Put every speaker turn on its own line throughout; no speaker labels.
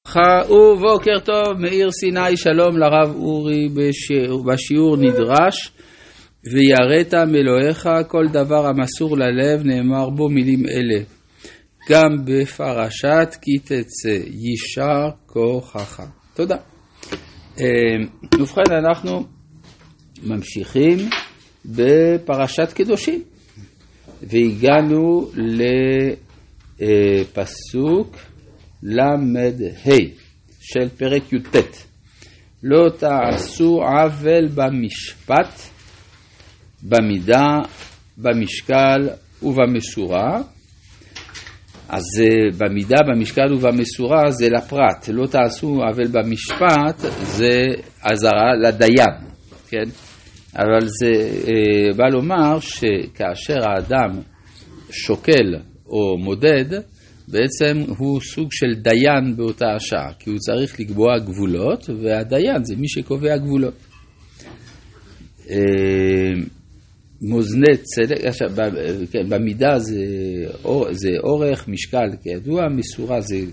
ובוקר טוב, מאיר סיני, שלום לרב אורי. בשיעור נדרש ויראת מאלוהיך כל דבר המסור ללב, נאמר בו מילים אלה, גם בפרשת כי תצא יישר כוחך. תודה. ובכן, אנחנו ממשיכים בפרשת קדושים והגענו לפסוק למד ה' של פרק י"ט. לא תעשו עוול במשפט, במידה, במשקל ובמשורה. אז במידה, במשקל ובמשורה זה לפרט. לא תעשו עוול במשפט זה עזרה לדיין, כן? אבל זה בא לומר שכאשר האדם שוקל או מודד, בעצם הוא סוג של דיין באותה השעה, כי הוא צריך לקבוע גבולות, והדיין זה מי שקובע גבולות. מאזני צדק, במידה זה אורך, משקל כידוע, מסורה זה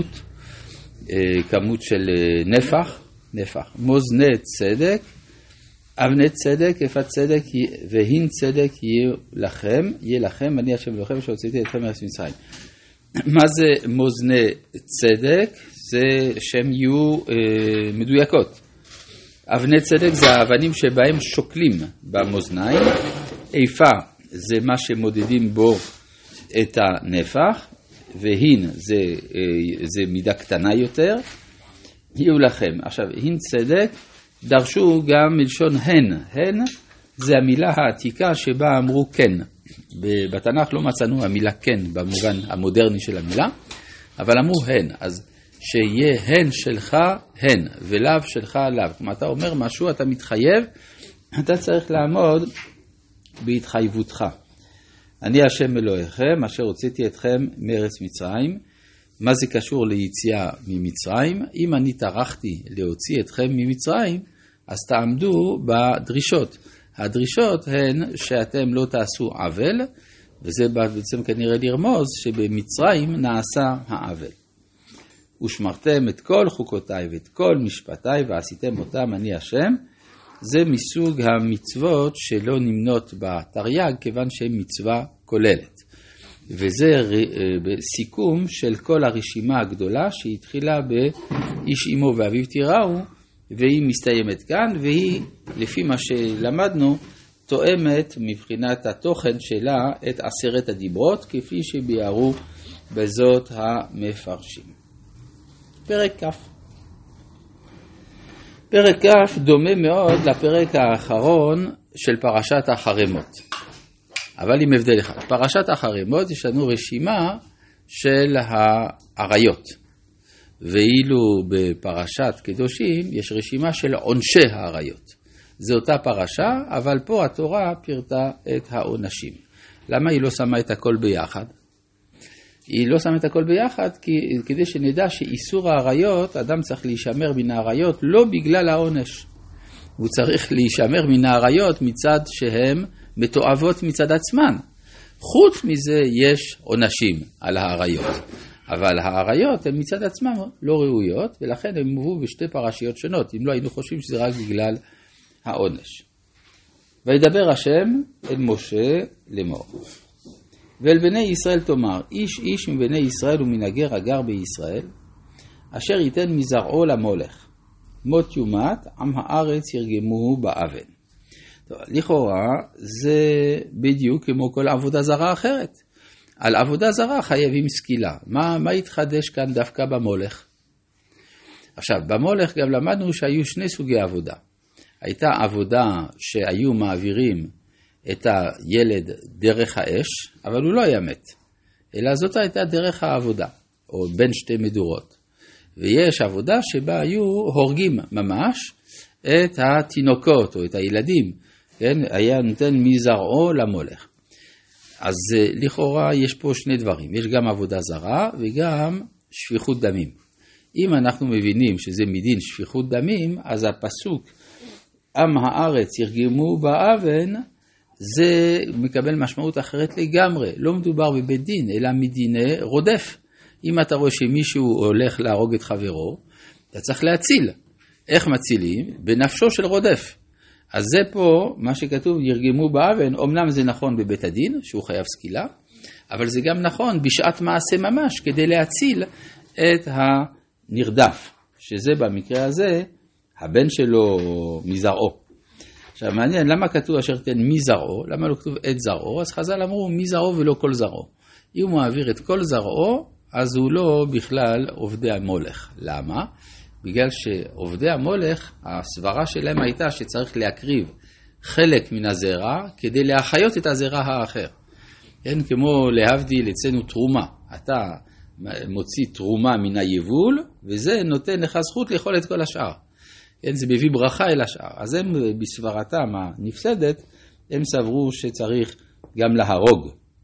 כמות של נפח. מאזני צדק, אבני צדק, יפת צדק והין צדק יהיה לכם, אני השם אלוהיכם שהוצאתי אתכם מארץ מצרים. מה זה מאזני צדק? זה שהם יהיו מדויקות. אבני צדק זה האבנים שבהם שוקלים במאזניים. איפה זה מה שמודדים בו את הנפח, והין זה מידה קטנה יותר. יהיו לכם. עכשיו, הין צדק דרשו גם מלשון הן זה המילה העתיקה שבה אמרו כן. בתנ"ך לא מצאנו המילה כן במובן המודרני של המילה, אבל אמרו הן. אז שיהיה הן שלך הן ולאו שלך לאו. כלומר, אתה אומר משהו, אתה מתחייב, אתה צריך לעמוד בהתחייבותך. אני השם אלוהיכם אשר הוצאתי אתכם מארץ מצרים. מה זה קשור ליציאה ממצרים? אם אני טרחתי להוציא אתכם ממצרים, אז תעמדו בדרישות. הדרישות הן שאתם לא תעשו עוול, וזה בעצם כנראה לרמוז שבמצרים נעשה העוול. ושמרתם את כל חוקותיי ואת כל משפטיי ועשיתם אותם אני השם. זה מסוג המצוות שלא נמנות בתרי"ג, כיוון שהן מצווה כוללת. וזה בסיכום של כל הרשימה הגדולה שהתחילה באיש אמו ואביו תיראו, והיא מסתיימת כאן, והיא, לפי מה שלמדנו, תואמת מבחינת התוכן שלה את 10 הדיברות, כפי שביארו בזאת המפרשים. פרק כ'. פרק כ' דומה מאוד לפרק האחרון של פרשת החרמות. אבל עם הבדל אחד. פרשת החרמות יש לנו רשימה של העריות. ואילו בפרשת קדושים יש רשימה של עונשי העריות. זו אותה פרשה, אבל פה התורה פירטה את העונשים. למה היא לא שמה את הכל ביחד? היא לא שמה את הכל ביחד כדי שנדע שאיסור העריות, אדם צריך להישמר מן העריות לא בגלל העונש. הוא צריך להישמר מן העריות מצד שהן מתועבות מצד עצמן. חוץ מזה יש עונשים על העריות. אבל העריות הן מצד עצמן לא ראויות, ולכן הן מובאו בשתי פרשיות שונות, אם לא היינו חושבים שזה רק בגלל העונש. וידבר השם אל משה לאמור. ואל בני ישראל תאמר, איש איש מבני ישראל ומנהגר הגר בישראל, אשר ייתן מזרעו למולך, מות יומת, עם הארץ ירגמוהו באבן. טוב, לכאורה זה בדיוק כמו כל עבודה זרה אחרת. על עבודה זרה חייבים סקילה. מה התחדש כאן דווקא במולך? עכשיו, במולך גם למדנו שהיו 2 סוגי עבודה. הייתה עבודה שהיו מעבירים את הילד דרך האש, אבל הוא לא היה מת. אלא זאת הייתה דרך העבודה, או בין 2 מדורות. ויש עבודה שבה היו הורגים ממש את התינוקות או את הילדים. כן? היה נותן מזרעו למולך. אז לכאורה יש פה 2 דברים, יש גם עבודה זרה וגם שפיכות דמים. אם אנחנו מבינים שזה מדין שפיכות דמים, אז הפסוק עם הארץ ירגמו באבן, זה מקבל משמעות אחרת לגמרי. לא מדובר בבית דין, אלא מדיני רודף. אם אתה רואה שמישהו הולך להרוג את חברו, אתה צריך להציל. איך מצילים? בנפשו של רודף. אז זה פה מה שכתוב, ירגמו באבן, אמנם זה נכון בבית הדין, שהוא חייב סקילה, אבל זה גם נכון בשעת מעשה ממש, כדי להציל את הנרדף, שזה במקרה הזה, הבן שלו מזרעו. עכשיו מעניין, למה כתוב אשר תן מזרעו? למה לא כתוב את זרעו? אז חז"ל אמרו מזרעו ולא כל זרעו. אם הוא מעביר את כל זרעו, אז הוא לא בכלל עובדי המולך. למה? בגלל שעובדי המולך, הסברה שלהם הייתה שצריך להקריב חלק מן הזרע, כדי להחיות את הזרע האחר. כן, כמו להבדיל אצלנו תרומה. אתה מוציא תרומה מן היבול, וזה נותן לך זכות לאכול את כל השאר. כן, זה מביא ברכה אל השאר. אז הם בסברתם הנפסדת, הם סברו שצריך גם להרוג.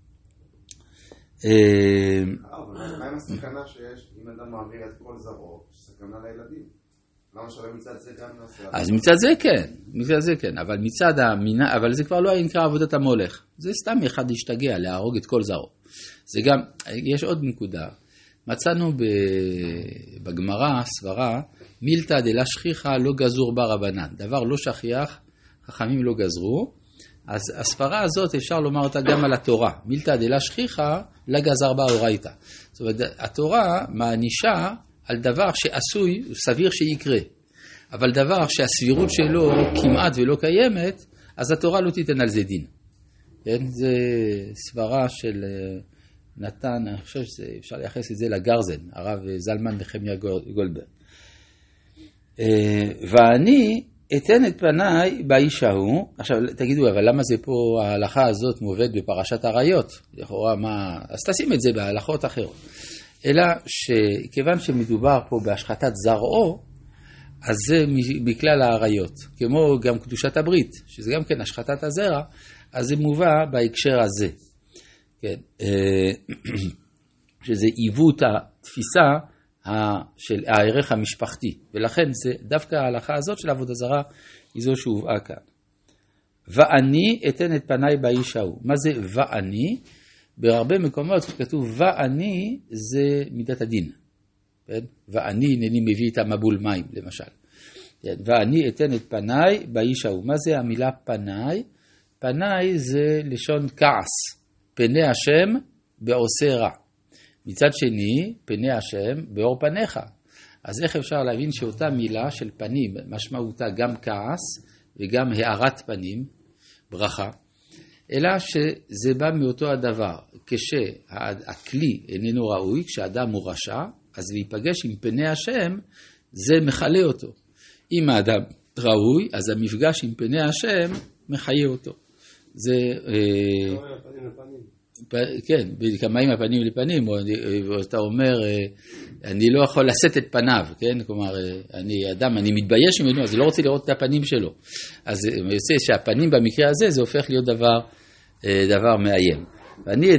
אבל מה עם הסכנה שיש אם אדם מעביר את כל זרעו, סכנה לילדים? למה שלא מצד זה גם נעשה?
אז מצד זה כן, אבל מצד המינה, אבל זה כבר לא נקרא עבודת המולך. זה סתם אחד להשתגע, להרוג את כל זרעו. זה גם, יש עוד נקודה. מצאנו בגמרא סברה, מילתא דלה שכיחא לא גזור ברבנן. דבר לא שכיח, חכמים לא גזרו. אז הסברה הזאת אפשר לומר אותה גם על התורה. מילתא דלה שכיחא לא גזר באורייתא. זאת אומרת, התורה מענישה על דבר שעשוי, סביר שיקרה. אבל דבר שהסבירות שלו כמעט ולא קיימת, אז התורה לא תיתן על זה דין. כן? זה סברה של נתן, אני חושב שאפשר לייחס את זה לגרזן, הרב זלמן נחמיה גולדברג. ואני אתן את פניי באיש ההוא. עכשיו תגידו, אבל למה זה פה ההלכה הזאת מובאת בפרשת עריות? לכאורה מה? אז תשים את זה בהלכות אחרות. אלא שכיוון שמדובר פה בהשחתת זרעו, אז זה מכלל העריות. כמו גם קדושת הברית, שזה גם כן השחתת הזרע, אז זה מובא בהקשר הזה. כן. שזה עיוות התפיסה של הערך המשפחתי, ולכן זה דווקא ההלכה הזאת של עבודה זרה היא זו שהובאה כאן. ואני אתן את פניי באיש ההוא. מה זה ואני? בהרבה מקומות כתוב ואני זה מידת הדין. ואני אינני מביא את המבול מים למשל. ואני אתן את פניי באיש ההוא. מה זה המילה פניי? פניי זה לשון כעס. פני השם בעושה רע. מצד שני, פני השם באור פניך. אז איך אפשר להבין שאותה מילה של פנים, משמעותה גם כעס וגם הארת פנים, ברכה, אלא שזה בא מאותו הדבר. כשהכלי איננו ראוי, כשאדם הוא רשע, אז להיפגש עם פני השם, זה מחלה אותו. אם האדם ראוי, אז המפגש עם פני השם מחיה אותו. זה כן, כמה עם הפנים לפנים, או אתה אומר, אני לא יכול לשאת את פניו, כן? כלומר, אני אדם, אני מתבייש ממנו, אז אני לא רוצה לראות את הפנים שלו. אז יוצא שהפנים במקרה הזה, זה הופך להיות דבר מאיים. ואני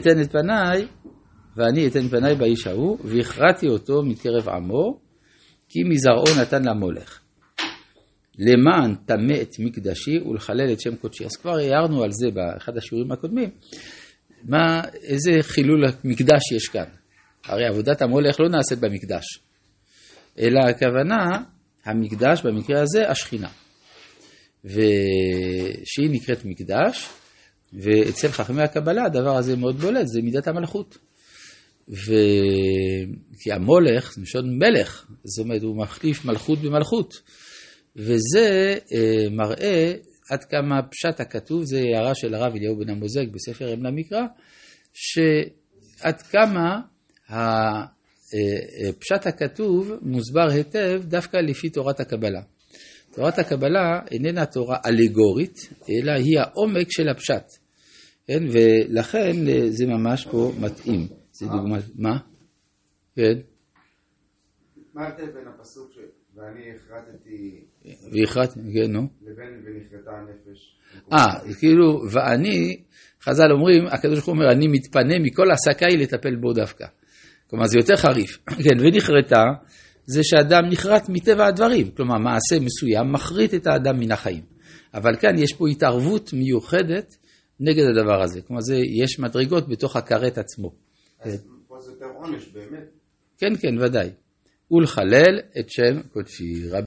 אתן פניי באיש ההוא, והכרעתי אותו מקרב עמו, כי מזרעו נתן למולך. למען טמא את מקדשי ולחלל את שם קודשי. אז כבר הערנו על זה באחד השיעורים הקודמים. איזה חילול מקדש יש כאן? הרי עבודת המולך לא נעשית במקדש, אלא הכוונה, המקדש במקרה הזה, השכינה. ושהיא נקראת מקדש, ואצל חכמי הקבלה הדבר הזה מאוד בולט, זה מידת המלכות. כי המולך, זה משון מלך, זאת אומרת, הוא מחליף מלכות במלכות. וזה מראה עד כמה פשט הכתוב, זה הערה של הרב אליהו בן המוזג בספר אמנה מקרא, שעד כמה פשט הכתוב מוסבר היטב דווקא לפי תורת הקבלה. תורת הקבלה איננה תורה אלגורית, אלא היא העומק של הפשט. כן? ולכן זה ממש פה מתאים. זה דוגמה, מה? כן?
מה ההבדל בין הפסוק ואני
והכרתי, כן, נו.
לבין ונכרתה הנפש?
כאילו, ואני, חז"ל אומרים, הקדוש ברוך הוא אומר, אני מתפנה מכל עסקיי לטפל בו דווקא. כלומר, זה יותר חריף. כן, ונכרתה, זה שאדם נחרט מטבע הדברים. כלומר, מעשה מסוים מחריט את האדם מן החיים. אבל כאן יש פה התערבות מיוחדת נגד הדבר הזה. כלומר, יש מדרגות בתוך הכרת עצמו.
אז פה זה יותר עונש באמת.
כן, כן, ודאי. ולחלל את שם קודשי.